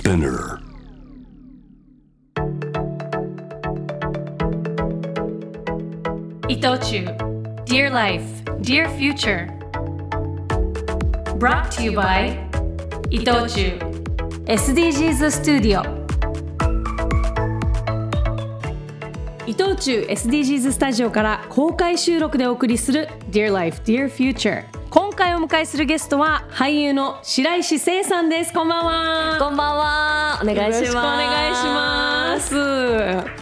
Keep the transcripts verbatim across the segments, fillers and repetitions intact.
Spinner. Itochu, Dear Life, Dear Future. Brought to you by Itochuエスディージーズ Studio。伊藤忠 エスディージーズ スタジオから公開収録でお送りする Dear Life, Dear Future。今回お迎えするゲストは俳優の白石聖さんです。こんばんは。 こんばんは。お願いします。 よろしくお願いします。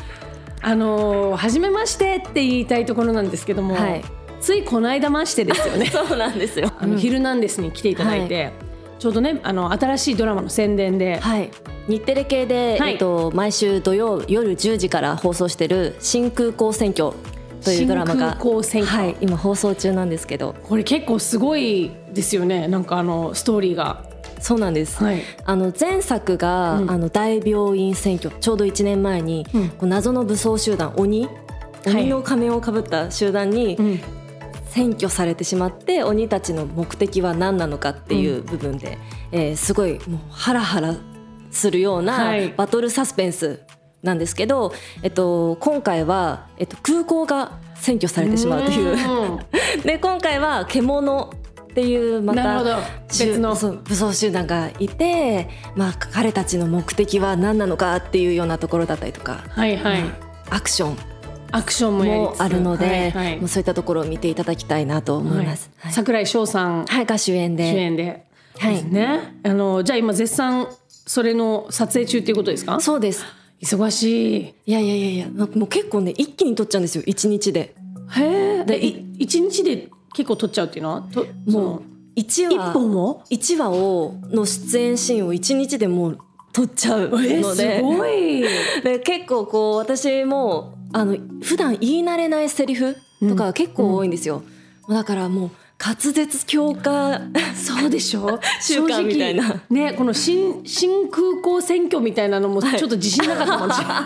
あの初めましてって言いたいところなんですけども、はい、ついこの間ましてですよね。 そうなんですよ。 あのヒルナンデスに来ていただいて、はい、ちょうどねあの新しいドラマの宣伝で、 はい、日テレ系で、はいえっと、毎週土曜夜じゅうじから放送してる新空港選挙というドラマが、 新空港選挙、 はい、今放送中なんですけど、 これ結構すごいですよね。なんかあのストーリーが。 そうなんです、はい、あの前作が、うん、あの大病院選挙、ちょうどいちねんまえに、うん、こう謎の武装集団鬼鬼の仮面をかぶった集団に占拠されてしまって、うん、鬼たちの目的は何なのかっていう部分で、うんえー、すごいもうハラハラするようなバトルサスペンスなんですけど、えっと、今回は、えっと、空港が占拠されてしまうというで今回は獣っていうまた別の武装集団がいて、まあ、彼たちの目的は何なのかっていうようなところだったりとか、 はいはいまあ、アクションアクションもやりつつもあるので、 はいはい、 もうそういったところを見ていただきたいなと思います、 はいはい、櫻井翔さん、 はい、が主演で主演で、 はいですね、あのじゃあ今絶賛それの撮影中っていうことですか？ そうです。 忙しい。 いやいやいやいや、もう結構ね一気に撮っちゃうんですよ、いちにちで。 へえ。でいちにちで結構撮っちゃうっていうのはともういちわいっぽんをいちわをの出演シーンをいちにちでもう撮っちゃうので、 えー、すごいで結構こう私もあの普段言い慣れないセリフとか結構多いんですよ、うん、だからもう滑舌強化そうでしょ習慣みたいな、 ね、この 新, 新空港選挙みたいなのもちょっと自信なかったもん、はい、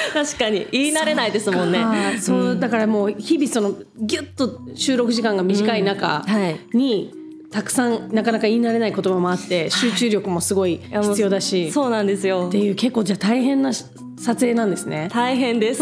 確かに言い慣れないですもんね。 そう、うん、だからもう日々そのギュッと収録時間が短い中に、うんはい、たくさんなかなか言い慣れない言葉もあって集中力もすごい必要だし、はい、 そうなんですよっていう結構じゃあ大変な撮影なんですね。 大変です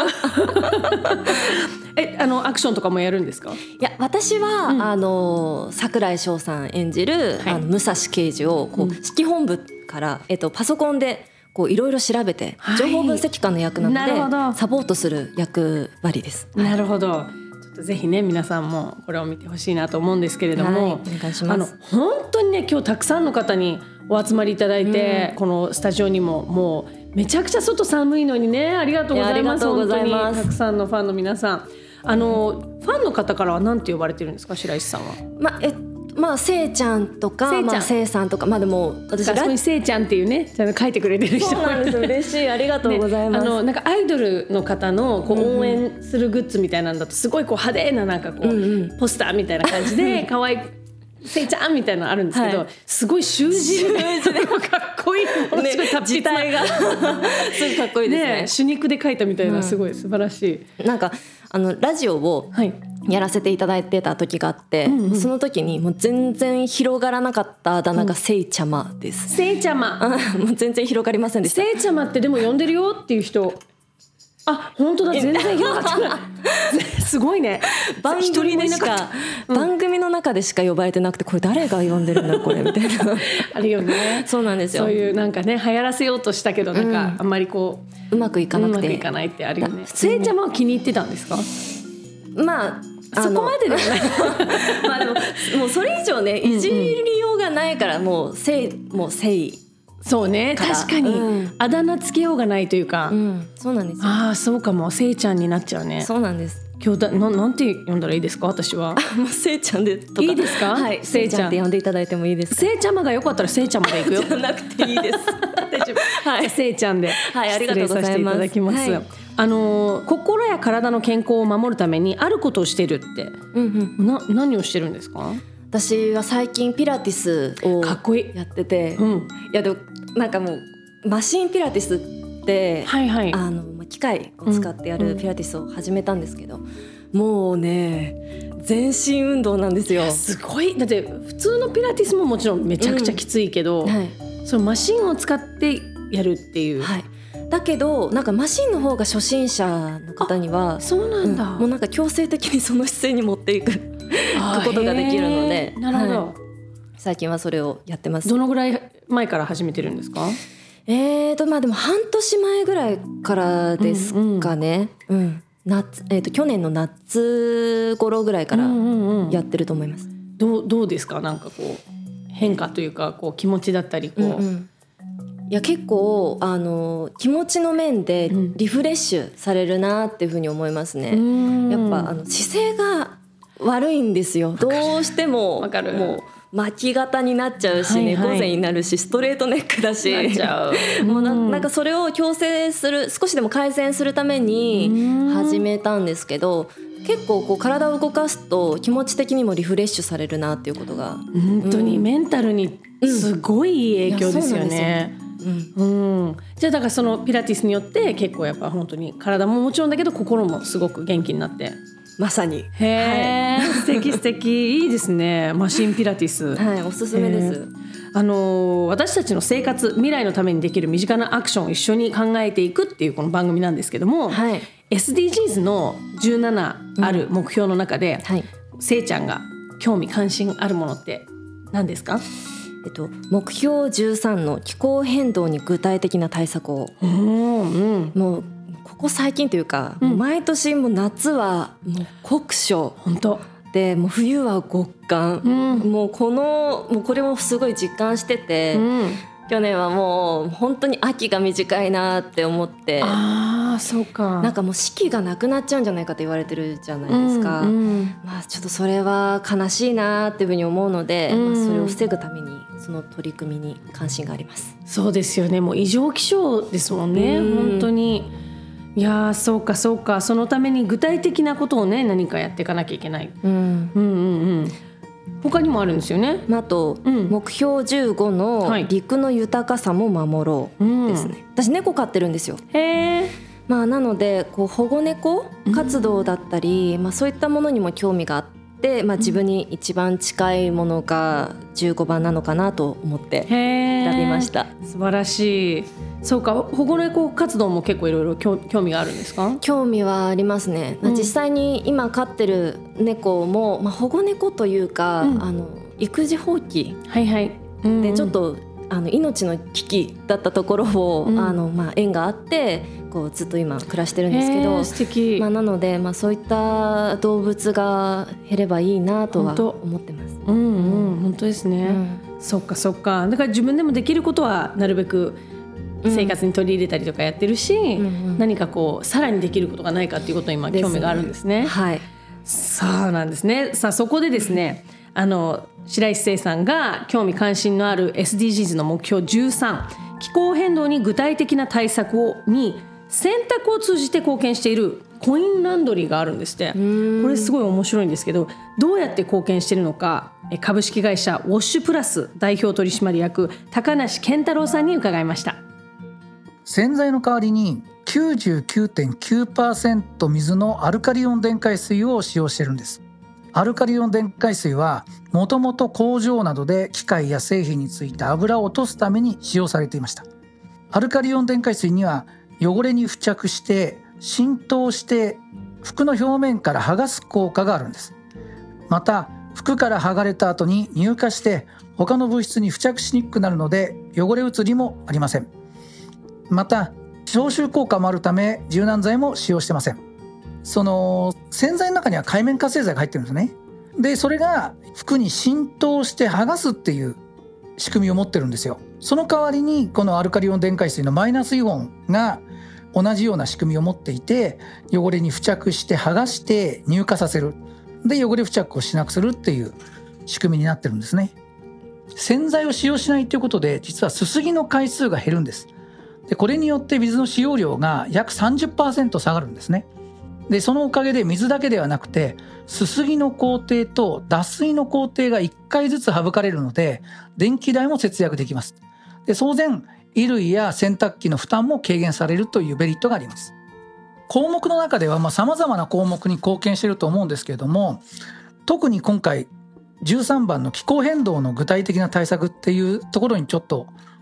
えあのアクションとかもやるんですか？ いや私は、うん、あの櫻井翔さん演じる、はい、あの武蔵刑事をこう、うん、指揮本部から、えっと、パソコンでいろいろ調べて、はい、情報分析官の役なのでサポートする役割です。 なるほど、はい、ちょっとぜひね皆さんもこれを見てほしいなと思うんですけれども、はい、 お願いします。 あの本当にね今日たくさんの方にお集まりいただいて、うん、このスタジオにももうめちゃくちゃ外寒いのにねありがとうございます。本当にたくさんのファンの皆さん、あのファンの方からは何て呼ばれてるんですか？白石さんは。 まえまあ、せいちゃんとかせい、まあ、せいさんとか、まあでも私あそこにせいちゃんっていうねちゃんと書いてくれてる人そうなんですよ。嬉しい、ありがとうございます、 ね、あのなんかアイドルの方のこう応援するグッズみたいなんだとすごいこう派手ななんかこう、うんうん、ポスターみたいな感じで可愛いせいちゃんみたいなのあるんですけど、はい、すごい習字でもかっこいいものすごい達筆な、 ね、がすごいかっこいいですね。 ね手肉で書いたみたいなすごい素晴らしい、うん、なんかあのラジオをやらせていただいてた時があって、はいうんうん、その時にもう全然広がらなかったあだ名がせいちゃまです。 せいちゃまもう全然広がりませんでした。 せいちゃまってでも呼んでるよっていう人、あ本当だ全然広がってないすごいね。 番組でしか、うん、番組の中でしか呼ばれてなくて、これ誰が呼んでるんだこれみたいなあるよね。 そうなんですよ。 そういうなんかね流行らせようとしたけどなんか、うん、あんまりこううまくいかなくてうまくいかないってあるよね。せいちゃまは気に入ってたんですか？ まあそこまででもないまあでももうそれ以上ねいじりようがないから、もうせいもうせいそうね確かに、うん、あだ名つけようがないというか、 うん、そうなんですよ。 ああそうかも、せいちゃんになっちゃうね。 そうなんです。 今日だ な, なんて呼んだらいいですか？私はもうせいちゃんでとかいいですか？ はい、せいちゃんって呼んでいただいてもいいですか？ せいちゃまがよかったらせいちゃまでいくよじゃなくていいです大丈夫、はい、 せいちゃんではいありがとうございます。 失礼させていただきます、はい、あの心や体の健康を守るためにあることをしてるって、うんうん、な何をしてるんですか？ 私は最近ピラティスをかっこいいやってて、 うん、 いやでもなんかもうマシンピラティスって、はいはい、あの機械を使ってやるピラティスを始めたんですけど、うんうん、もうね全身運動なんですよ。 すごい。だって普通のピラティスももちろんめちゃくちゃきついけど、うんはい、 そのマシンを使ってやるっていう、 はい、だけどなんかマシンの方が初心者の方にはそうなんだ、 うん、もうなんか強制的にその姿勢に持っていくことができるので、 なるほど、 はい、最近はそれをやってます。 どのぐらい前から始めてるんですか？ えーとまあでも半年前ぐらいからですかね、うんうんうん夏えー、と去年の夏頃ぐらいからやってると思います、うんうんうん、 どう、どうですか？なんかこう変化というかこう気持ちだったりこう、うんうん、 いや結構あの気持ちの面でリフレッシュされるなっていうふうに思いますね、うん、やっぱあの姿勢が悪いんですよ。どうしてももう巻き型になっちゃうし、猫背になるし、ストレートネックだし、なっちゃうもう な, なんかそれを矯正する、少しでも改善するために始めたんですけど、結構こう体を動かすと気持ち的にもリフレッシュされるなっていうことが本当にメンタルにすごいいい影響ですよね、うんうん、じゃあだからそのピラティスによって結構やっぱ本当に体ももちろんだけど心もすごく元気になって、 まさにへー、はい、素敵素敵いいですね。マシンピラティス、 はい、おすすめです。 あのー、私たちの生活、未来のためにできる身近なアクションを一緒に考えていくっていうこの番組なんですけども、はい、エスディージーズ のじゅうななある目標の中で、うんはい、せいちゃんが興味関心あるものって何ですか？ えっと、目標じゅうさんの気候変動に具体的な対策を、うんうん、もうここ最近というか、うん、毎年もう夏はもう酷暑本当で、もう冬は極寒、うん、もうこのもうこれもすごい実感してて、うん、去年はもう本当に秋が短いなって思って、 あーそうか、 なんかもう四季がなくなっちゃうんじゃないかと言われてるじゃないですか、うんうん、まあ、ちょっとそれは悲しいなっていうふうに思うので、うんまあ、それを防ぐためにその取り組みに関心があります。 そうですよね、もう異常気象ですもんね、うん、本当に。いやそうかそうか、そのために具体的なことをね何かやっていかなきゃいけない、うんうんうんうん、他にもあるんですよね。 あと、うん、目標じゅうごの陸の豊かさも守ろうですね、うん、私猫飼ってるんですよ。へー、まあ、なのでこう保護猫活動だったり、うんまあ、そういったものにも興味があって、まあ、自分に一番近いものがじゅうごばんなのかなと思って選びました。 素晴らしい。そうか、保護猫活動も結構いろいろ興味があるんですか？ 興味はありますね、うん、実際に今飼ってる猫も、まあ、保護猫というか、うん、あの育児放棄、はいはいうんうん、でちょっとあの命の危機だったところを、うんあのまあ、縁があってこうずっと今暮らしてるんですけど、 素敵、 まあ、なので、まあ、そういった動物が減ればいいなとは思ってます。 うんうん、本当ですね、うん、そっかそっか。だから自分でもできることはなるべく生活に取り入れたりとかやってるし、うんうん、何かこうさらにできることがないかっていうことに今興味があるんですね。はい、そうなんですね。さあそこでですね、あの白石聖さんが興味関心のある エスディージーズ の目標じゅうさん、気候変動に具体的な対策をに選択を通じて貢献しているコインランドリーがあるんですって。これすごい面白いんですけど、どうやって貢献しているのか、株式会社ウォッシュプラス代表取締役高梨健太郎さんに伺いました。 洗剤の代わりに きゅうじゅうきゅうてんきゅうパーセント 水のアルカリオン電解水を使用しているんです。アルカリオン電解水はもともと工場などで機械や製品についた油を落とすために使用されていました。アルカリオン電解水には汚れに付着して浸透して服の表面から剥がす効果があるんです。また服から剥がれた後に乳化して他の物質に付着しにくくなるので汚れ移りもありません。また消臭効果もあるため柔軟剤も使用してません。その洗剤の中には界面活性剤が入ってるんですね。でそれが服に浸透して剥がすっていう仕組みを持ってるんですよ。その代わりにこのアルカリオン電解水のマイナスイオンが同じような仕組みを持っていて、汚れに付着して剥がして乳化させる、で汚れ付着をしなくするっていう仕組みになってるんですね。洗剤を使用しないということで実はすすぎの回数が減るんです。でこれによって水の使用量が約 さんじゅっパーセント 下がるんですね。でそのおかげで水だけではなくてすすぎの工程と脱水の工程がいっかいずつ省かれるので電気代も節約できます。で当然衣類や洗濯機の負担も軽減されるというメリットがあります。項目の中ではさまざまな項目に貢献していると思うんですけれども、特に今回じゅうさんばんの気候変動の具体的な対策っていうところにちょっと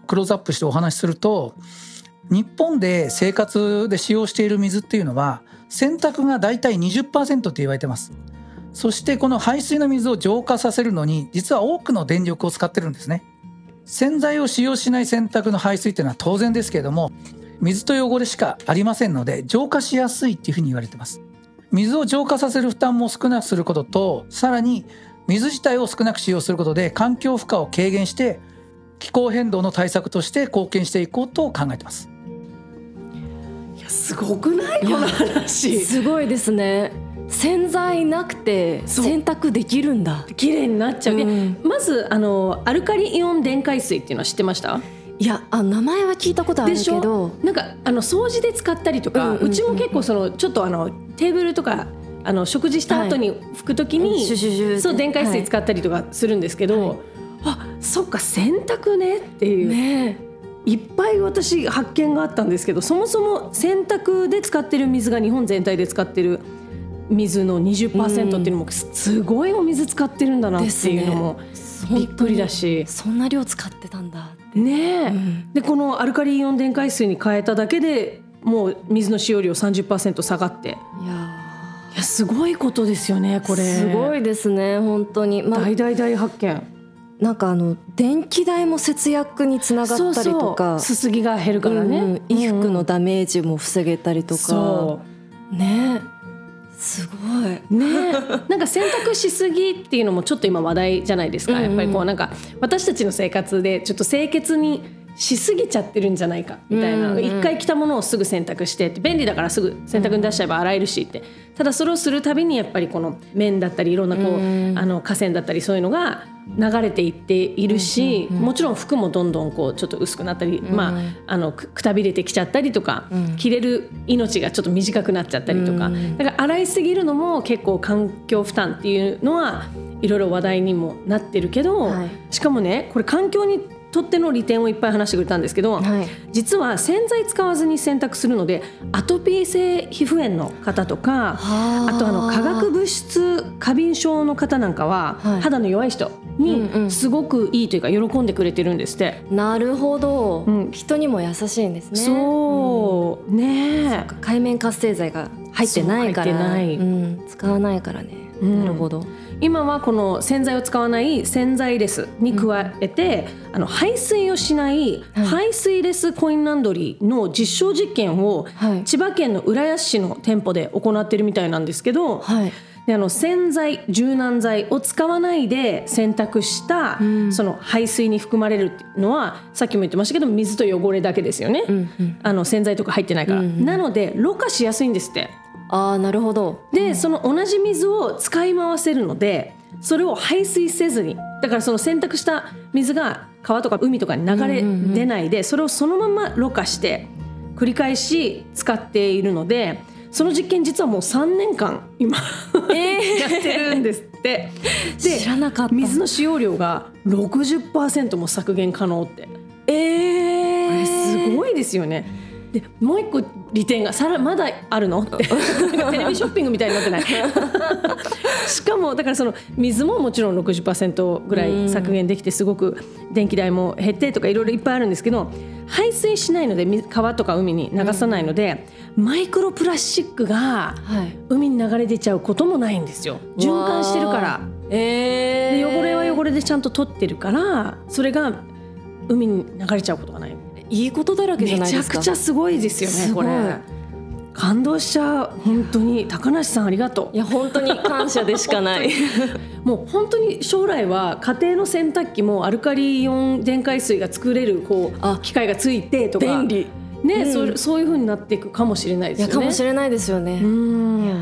クローズアップしてお話しすると、日本で生活で使用している水っていうのは洗濯がだいたい にじゅっパーセント と言われてます。そしてこの排水の水を浄化させるのに実は多くの電力を使ってるんですね。洗剤を使用しない洗濯の排水っていうのは当然ですけれども、水と汚れしかありませんので浄化しやすいっていうふうに言われてます。水を浄化させる負担も少なくすることと、さらに水自体を少なく使用することで環境負荷を軽減して気候変動の対策として貢献していこうと考えてます。 いやすごくないこの話。 すごいですね。洗剤なくて洗濯できるんだ。 綺麗になっちゃう、うん、でまずあのアルカリイオン電解水っていうのは知ってました？ いやあ名前は聞いたことあるけど、 なんかあの掃除で使ったりとか、うんうんうん、うちも結構そのちょっとあのテーブルとかあの食事した後に拭くときに、はい、シュシュシュそう電解水使ったりとかするんですけど、はい、あそっか洗濯ねっていう、ね、いっぱい私発見があったんですけど、そもそも洗濯で使ってる水が日本全体で使ってる水の にじゅっパーセント っていうのもすごいお水使ってるんだなっていうのもびっくりだし、 そんな量使ってたんだねえ、うん、でこのアルカリイオン電解水に変えただけでもう水の使用量 さんじゅっパーセント 下がって、いやいやすごいことですよねこれ。 すごいですね本当に、 まあ、大大大発見。 なんかあの電気代も節約につながったりとか、 すすぎが減るからね、うんうん、 衣服のダメージも防げたりとか、そうねすごいね。なんか洗濯しすぎっていうのもちょっと今話題じゃないですか、うんうん、やっぱりこうなんか私たちの生活でちょっと清潔にしすぎちゃってるんじゃないかみたいな、うんうん、一回着たものをすぐ洗濯してって便利だからすぐ洗濯に出しちゃえば洗えるしって、ただそれをするたびにやっぱりこの綿だったりいろんなこう、うん、あの河川だったりそういうのが流れていっているし、うんうんうん、もちろん服もどんどんこうちょっと薄くなったり、うんまあ、あのくたびれてきちゃったりとか、うん、着れる命がちょっと短くなっちゃったりとか、うん、だから洗いすぎるのも結構環境負担っていうのはいろいろ話題にもなってるけど、はい、しかもねこれ環境にとっての利点をいっぱい話してくれたんですけど、はい、実は洗剤使わずに洗濯するのでアトピー性皮膚炎の方とか、あとあの化学物質過敏症の方なんかは、はい、肌の弱い人にすごくいいというか喜んでくれてるんですって、 うんうん、なるほど、うん、人にも優しいんですね。 そう、うん、ねえ界面活性剤が入ってないから、ない、うん、使わないからね、うん、なるほど。 今はこの洗剤を使わない洗剤レスに加えて、うん、あの排水をしない排水レスコインランドリーの実証実験を千葉県の浦安市の店舗で行ってるみたいなんですけど、はい、であの洗剤柔軟剤を使わないで洗濯した、うん、その排水に含まれるのはさっきも言ってましたけど水と汚れだけですよね、うんうん、あの洗剤とか入ってないから、うんうん、なのでろ過しやすいんですって。 あーなるほど。 でその同じ水を使い回せるのでそれを排水せずに、だからその洗濯した水が川とか海とかに流れ出ないで、それをそのままろ過して繰り返し使っているので、その実験実はもうさんねんかん今、えー、やってるんですって。で知らなかった。 水の使用量が ろくじゅっパーセント も削減可能って、えー、これすごいですよね。でもう一個利点がさらまだあるのってテレビショッピングみたいになってないしかもだからその水ももちろん ろくじゅっパーセント ぐらい削減できてすごく電気代も減ってとかいろいろいっぱいあるんですけど、排水しないので川とか海に流さないので、うん、マイクロプラスチックが海に流れ出ちゃうこともないんですよ。循環してるから、えー、で汚れは汚れでちゃんと取ってるからそれが海に流れちゃうことがない。 いいことだらけじゃないですか。 めちゃくちゃすごいですよねこれ。感動しちゃう本当に。高梨さんありがとう。 いや本当に感謝でしかないもう本当に将来は家庭の洗濯機もアルカリイオン電解水が作れるこう機械がついてとか便利、 ねうん、そう、そういう風になっていくかもしれないですよね。 いやかもしれないですよね。うんいや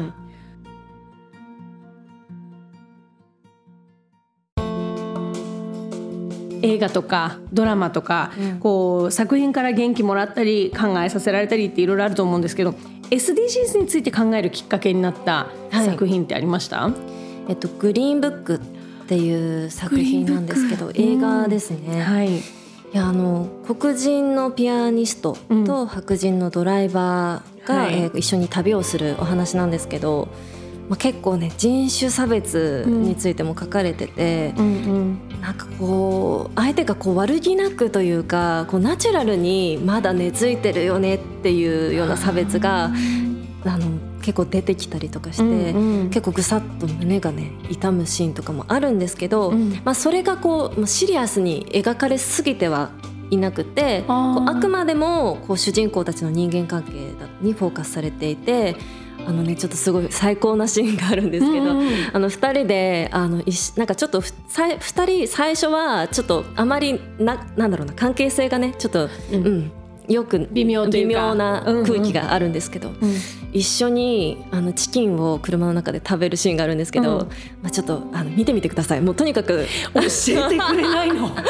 映画とかドラマとか、うん、こう作品から元気もらったり考えさせられたりっていろいろあると思うんですけど エスディージーズ について考えるきっかけになった作品ってありました？はいえっと、グリーンブックっていう作品なんですけど映画ですね、うんはい、いやあの黒人のピアニストと白人のドライバーが、うんはいえー、一緒に旅をするお話なんですけどまあ、結構ね人種差別についても書かれてて、うんうんうん、なんかこう相手がこう悪気なくというかこうナチュラルにまだ根付いてるよねっていうような差別があの結構出てきたりとかして、うんうん、結構ぐさっと胸がね痛むシーンとかもあるんですけど、うんまあ、それがこうシリアスに描かれすぎてはいなくて、あ, こうあくまでもこう主人公たちの人間関係にフォーカスされていて、あのねちょっとすごい最高なシーンがあるんですけど、うんうん、あのふたりであのなんかちょっとふたり最初はちょっとあまり な, なんだろうな関係性がねちょっと、うんうん、よく微妙というか微妙な空気があるんですけど、うんうん、一緒にあのチキンを車の中で食べるシーンがあるんですけど、うんまあ、ちょっとあの見てみてください。もうとにかく教えてくれないのとにか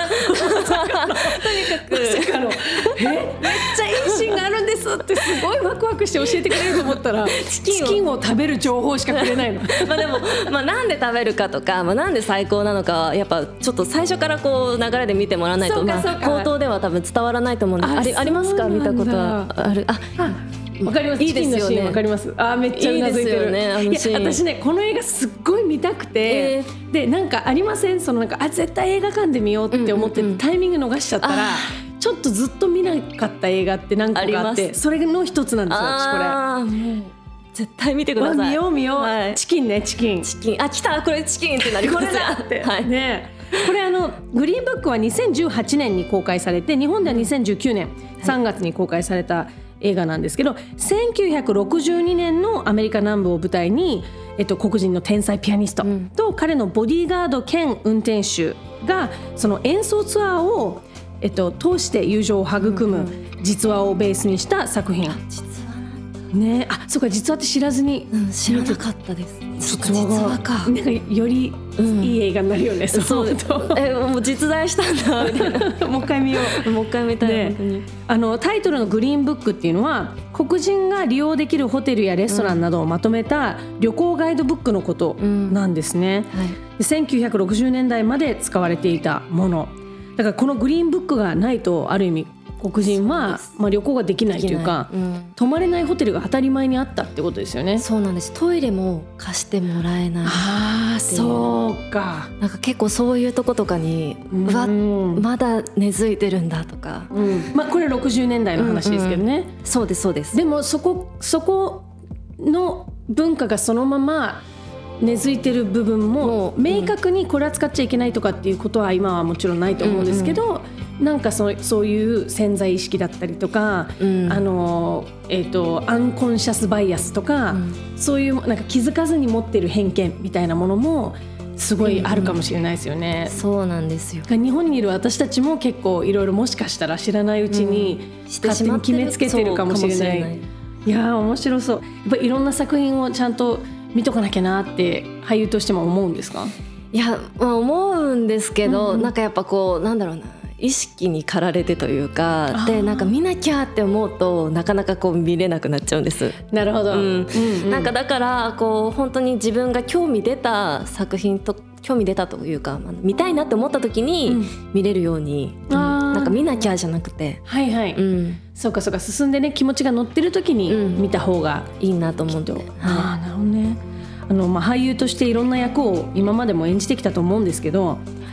くまさかのえめっちゃいいシーンがあるんですってすごいワクワクして教えてくれると思ったらチキン を, チキンを食べる情報しかくれないのまあでも、まあ、なんで食べるかとか、まあ、なんで最高なのかやっぱちょっと最初からこう流れで見てもらわないと、まあ、口頭では多分伝わらないと思うんです。 あ, あ, りありますか？見たことはある。あわかります。いいですよね。チキンのシーンわかります。あめっちゃうなずいてる。いいですよね、あのシーン。いや私ねこの映画すっごい見たくて、えー、でなんかありませんそのなんかあ絶対映画館で見ようって思って、うんうんうん、タイミング逃しちゃったらちょっとずっと見なかった映画って何個かあってそれの一つなんですよ私これ。 あもう絶対見てください。 見よう見よう、はい、チキンねチキンチキンあ来たこれチキンってなりますこれだって、はい、ねこれあのグリーンブックはにせんじゅうはちねんに公開されて日本ではにせんじゅうきゅうねんさんがつに公開された映画なんですけど、せんきゅうひゃくろくじゅうにねんのアメリカ南部を舞台に、えっと、黒人の天才ピアニストと彼のボディーガード兼運転手がその演奏ツアーを、えっと、通して友情を育む実話をベースにした作品。ね、あそうか実話って知らずに、 うん、知らなかったです。 実話かなんかよりいい映画になるよね、うん、そうえもう実在したんだみたいなもう一回見ようもう一回見たい、ね、 あのタイトルのグリーンブックっていうのは黒人が利用できるホテルやレストランなどをまとめた旅行ガイドブックのことなんですね、うんはい、でせんきゅうひゃくろくじゅうねんだいまで使われていたものだからこのグリーンブックがないとある意味黒人は、まあ、旅行ができないというか、うん、泊まれないホテルが当たり前にあったってことですよね。 そうなんです。トイレも貸してもらえない。 ああそうか。 なんか結構そういうとことかにうわまだ根付いてるんだとか、 うんまあ、これろくじゅうねんだいの話ですけどね、うんうん、 そうですそうです。 でもそこそこの文化がそのまま根付いてる部分も明確にこれは使っちゃいけないとかっていうことは今はもちろんないと思うんですけど、うんうんなんかそ う, そういう潜在意識だったりとか、うんあのえー、とアンコンシャスバイアスとか、うん、そういうなんか気づかずに持ってる偏見みたいなものもすごいあるかもしれないですよね、 うん、そうなんですよ。 日本にいる私たちも結構いろいろもしかしたら知らないうちに勝手に決めつけてるかもしれない、うん、いや面白そう。やっぱいろんな作品をちゃんと見とかなきゃなって俳優としても思うんですか？ いや、まあ、思うんですけど、うん、なんかやっぱこうなんだろうな意識に駆られてというかでなんか見なきゃって思うとなかなかこう見れなくなっちゃうんです。 なるほど、うんうんうん、 なんかだからこう本当に自分が興味出た作品と興味出たというか見たいなって思った時に見れるように、うん、なんか見なきゃじゃなくてはいはい、うん、そうかそうか進んでね気持ちが乗ってる時に見た方がいいなと思って、はい、 あなるほどね。あの、まあ、俳優としていろんな役を今までも演じてきたと思うんですけど、はい、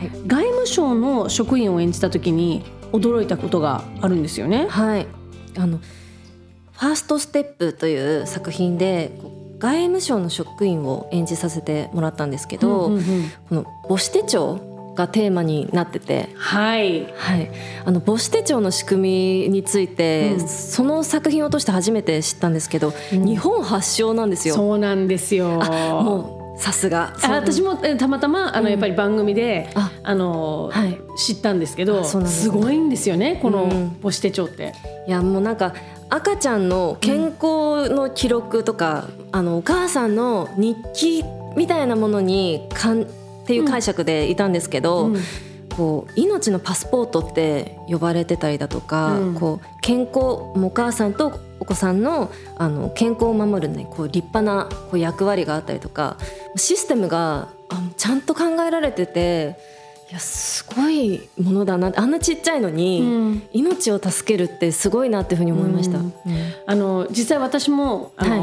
外務省の職員を演じた時に驚いたことがあるんですよね。 はい、あのファーストステップという作品で外務省の職員を演じさせてもらったんですけど、うんうんうん、この母子手帳がテーマになってて、 はいはい、あの母子手帳の仕組みについて、うん、その作品を通して初めて知ったんですけど、うん、日本発祥なんですよ。 そうなんですよ。 あもうさすが。 あ私もたまたまあのやっぱり番組で、うん、ああの、はい、知ったんですけど す, すごいんですよねこの母子手帳って、 うん、いやもうなんか赤ちゃんの健康の記録とか、うん、あのお母さんの日記みたいなものにかんっていう解釈でいたんですけど、うん、こう命のパスポートって呼ばれてたりだとか、うん、こう健康お母さんとお子さん の, あの健康を守る、ね、こう立派なこう役割があったりとかシステムがあちゃんと考えられてていやすごいものだなあんなちっちゃいのに、うん、命を助けるってすごいなっていうふうに思いました、うんうん、 あの実際私もあの、はい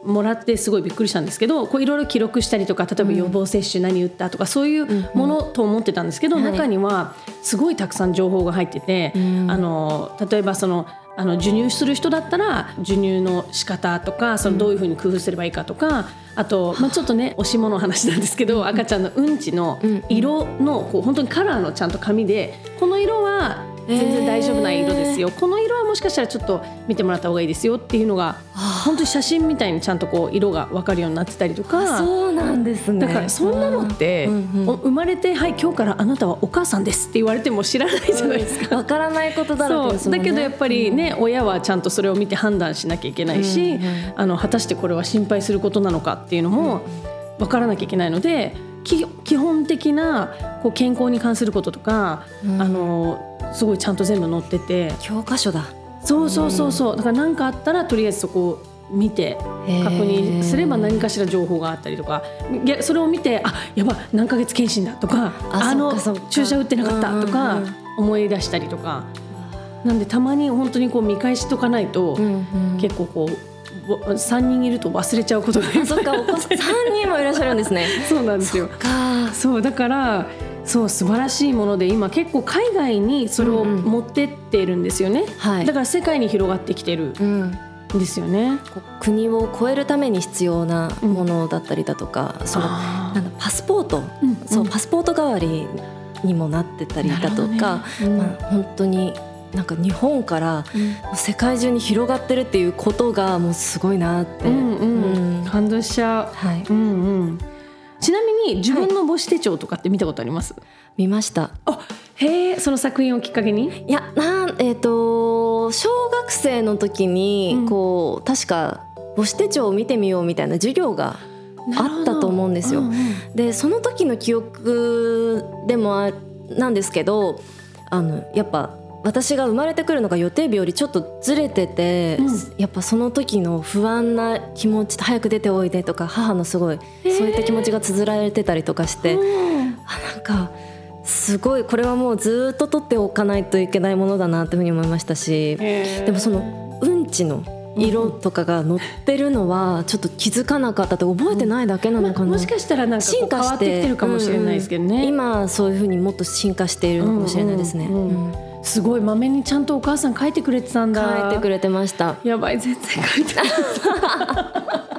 もらってすごいびっくりしたんですけど、こういろいろ記録したりとか、例えば予防接種何打ったとかそういうものと思ってたんですけど、うんうん、中にはすごいたくさん情報が入ってて、はい、あの例えばそのあの授乳する人だったら授乳の仕方とか、そのどういうふうに工夫すればいいかとか、あと、まあ、ちょっとねおしもの話なんですけど、赤ちゃんのうんちの色のこう本当にカラーのちゃんと紙で、この色は全然大丈夫な色ですよ、えー、この色はもしかしたらちょっと見てもらった方がいいですよっていうのが本当に写真みたいにちゃんとこう色が分かるようになってたりとか。 そうなんですね。 だからそんなのって、うんうん、生まれて、はい今日からあなたはお母さんですって言われても知らないじゃないですか、 うん、分からないことだらけですもんね。 だけどやっぱりね、うん、親はちゃんとそれを見て判断しなきゃいけないし、うんうん、あの果たしてこれは心配することなのかっていうのも分からなきゃいけないので、基本的なこう健康に関することとか、うん、あのすごいちゃんと全部載ってて、 教科書だ。 そうそうそうそう、だから何かあったらとりあえずそこを見て確認すれば何かしら情報があったりとか、いやそれを見て、あやば何ヶ月検診だとか、あ, あの注射打ってなかったとか思い出したりとか、なんでたまに本当にこう見返しとかないと、うんうん、結構こうさんにんいると忘れちゃうことがいっぱいあそっか、お子さんさんにんもいらっしゃるんですね。 そうなんですよ。そうだからそう素晴らしいもので、今結構海外にそれを持ってってるんですよね、うんうんはい、だから世界に広がってきてるんですよね、うん、 国を越えるために必要なものだったりだとか、うん、そのなんだパスポート、うんうん、そうパスポート代わりにもなってたりだとか、ねうんまあ、本当になんか日本から世界中に広がってるっていうことがもうすごいなって、うんうんうん、感動しちゃう、はいうんうん、ちなみに自分の母子手帳とかって見たことあります？はい、 見ました。 あへえ、その作品をきっかけに？ いやなん、えー、と小学生の時にこう、うん、確か母子手帳を見てみようみたいな授業があったと思うんですよ、うんうん、でその時の記憶でもあなんですけど、あのやっぱ私が生まれてくるのが予定日よりちょっとずれてて、うん、やっぱその時の不安な気持ち、早く出ておいでとか母のすごいそういった気持ちが綴られてたりとかして、あなんかすごいこれはもうずっと取っておかないといけないものだなというふうに思いましたし、でもそのうんちの色とかが載ってるのはちょっと気づかなかったと、覚えてないだけなのかな、うんま、 もしかしたらなんかこう変わってきてるかもしれないですけどね、うんうん、 今そういうふうにもっと進化しているのかもしれないですね、うんうんうん、 すごいまめにちゃんとお母さん書いてくれてたんだ。 書いてくれてました。 やばい全然書いてなかった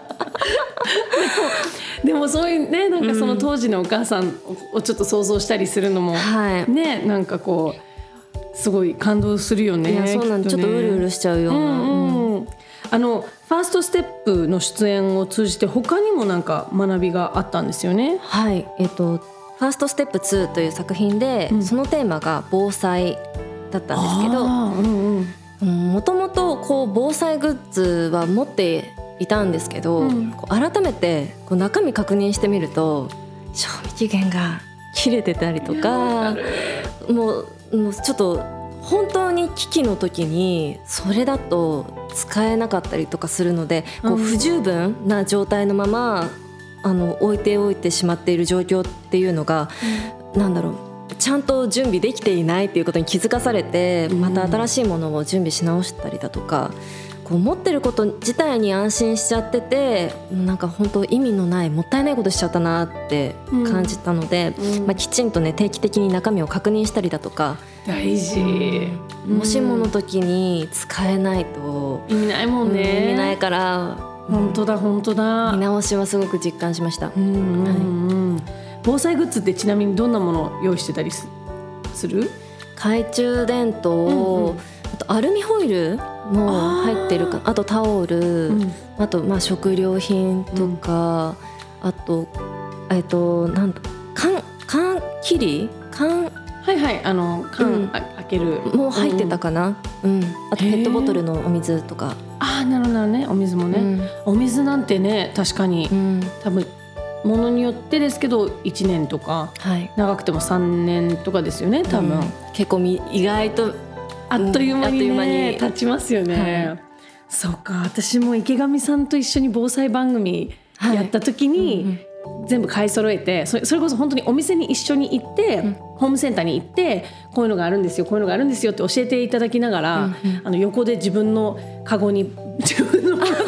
でもそういうね、なんかその当時のお母さんをちょっと想像したりするのも、うん、ねなんかこうすごい感動するよね。 いやそうなん、ね、ちょっとうるうるしちゃうような、うんうん、 あのファーストステップの出演を通じて他にもなんか学びがあったんですよね。 はい、えっとファーストステップツーという作品で、うん、そのテーマが防災だったんですけど、もともとこう防災グッズは持っていたんですけど、うん、こう改めてこう中身確認してみると賞味期限が切れてたりとか、もう、もうちょっと本当に危機の時にそれだと使えなかったりとかするので、こう不十分な状態のままあの置いておいてしまっている状況っていうのが、うん、なんだろうちゃんと準備できていないっていうことに気づかされて、また新しいものを準備し直したりだとか、こう持ってること自体に安心しちゃってて、なんか本当意味のないもったいないことしちゃったなって感じたので、うんまあ、きちんとね定期的に中身を確認したりだとか大事、 うん、もしもの時に使えないと意味ないもんね、 うん、意味ないから本当だ本当だ、 見直しはすごく実感しました、うんうんうんはい、防災グッズってちなみにどんなものを用意してたりする？ 懐中電灯、うんうん、あとアルミホイルも入ってるか、あとタオル、うん、あとまあ食料品とか、うん、あとえっとなんだ缶缶切り缶はいはいあの缶、うん、開けるもう入ってたかな、うんうん、あとペットボトルのお水とか、 ああなるほどね、お水もね、うん、お水なんてね確かに、うん、多分ものによってですけどいちねんとか、はい、長くてもさんねんとかですよね多分、うん、 結構み意外とあっという間にね、うん、経ちますよね、はい、そうか、私も池上さんと一緒に防災番組やった時に、はいうんうん、全部買い揃えて、それ、それこそ本当にお店に一緒に行って、うん、ホームセンターに行ってこういうのがあるんですよこういうのがあるんですよって教えていただきながら、うんうん、あの横で自分のカゴに自分のもの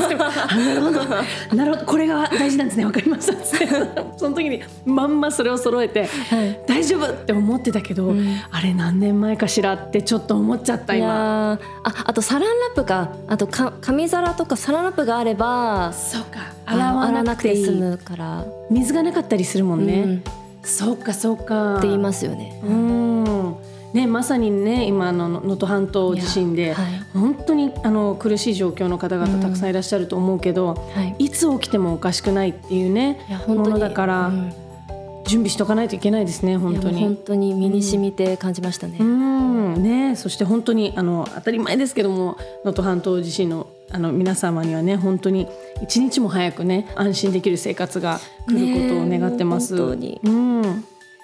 なるほどなるほど、これが大事なんですね、わかりましたその時にまんまそれを揃えて、はい、大丈夫って思ってたけど、うん、あれ何年前かしらってちょっと思っちゃった今。いやああとサランラップか、あとか紙皿とかサランラップがあれば、 そうか、洗わなくていい、 洗わなくて済むから、 水がなかったりするもんね、うん、そうかそうかって言いますよね。 うんね、まさにね今の能登半島地震で、はい、本当にあの苦しい状況の方々たくさんいらっしゃると思うけど、うんはい、いつ起きてもおかしくないっていうねものだから、うん、準備しとかないといけないですね。本当に本当に身に染みて感じましたね。 うんうんね、そして本当にあの当たり前ですけども能登半島地震のあの皆様にはね本当に一日も早くね安心できる生活が来ることを願ってます。 ね、本当に、 うん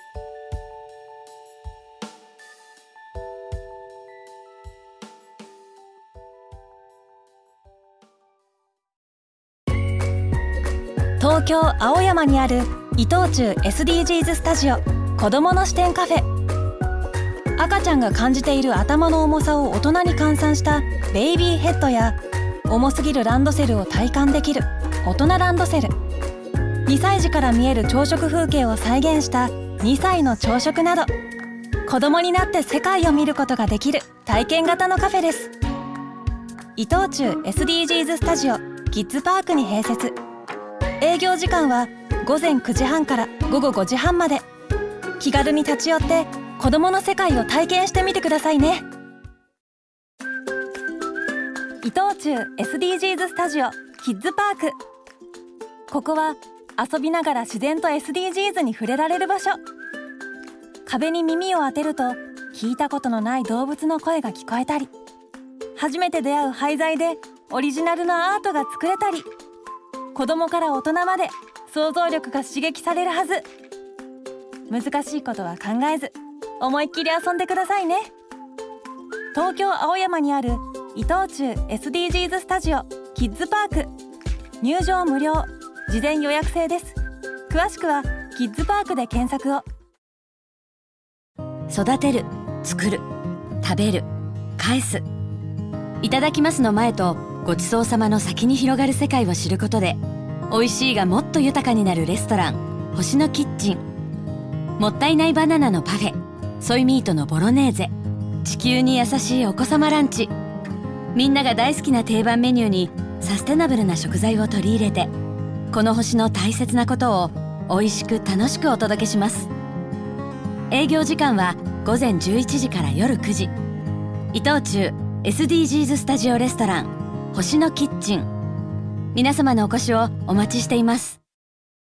東京青山にある伊藤忠 エスディージーズ スタジオ子どもの視点カフェ。赤ちゃんが感じている頭の重さを大人に換算したベイビーヘッドや、重すぎるランドセルを体感できる大人ランドセル、にさい児から見える朝食風景を再現したにさいの朝食など、子どもになって世界を見ることができる体験型のカフェです。伊藤忠 エスディージーズ スタジオキッズパークに併設。営業時間はごぜんくじはんからごごごじはんまで。気軽に立ち寄って子どもの世界を体験してみてくださいね。伊藤忠 エスディージーズ スタジオキッズパーク。ここは遊びながら自然と エスディージーズ に触れられる場所。壁に耳を当てると聞いたことのない動物の声が聞こえたり、初めて出会う廃材でオリジナルのアートが作れたり、子供から大人まで想像力が刺激されるはず。難しいことは考えず思いっきり遊んでくださいね。東京青山にある伊藤忠 エスディージーズ スタジオキッズパーク。入場無料、事前予約制です。詳しくはキッズパークで検索を。 育てる、作る、食べる、返す。いただきますの前とごちそうさまの先に広がる世界を知ることで、美味しいがもっと豊かになるレストラン星のキッチン。もったいないバナナのパフェ、ソイミートのボロネーゼ、地球に優しいお子様ランチ。みんなが大好きな定番メニューにサステナブルな食材を取り入れて、この星の大切なことを美味しく楽しくお届けします。営業時間はごぜんじゅういちじから夜くじ。伊藤忠 エスディージーズ スタジオレストラン星のキッチン。皆様のお越しをお待ちしています。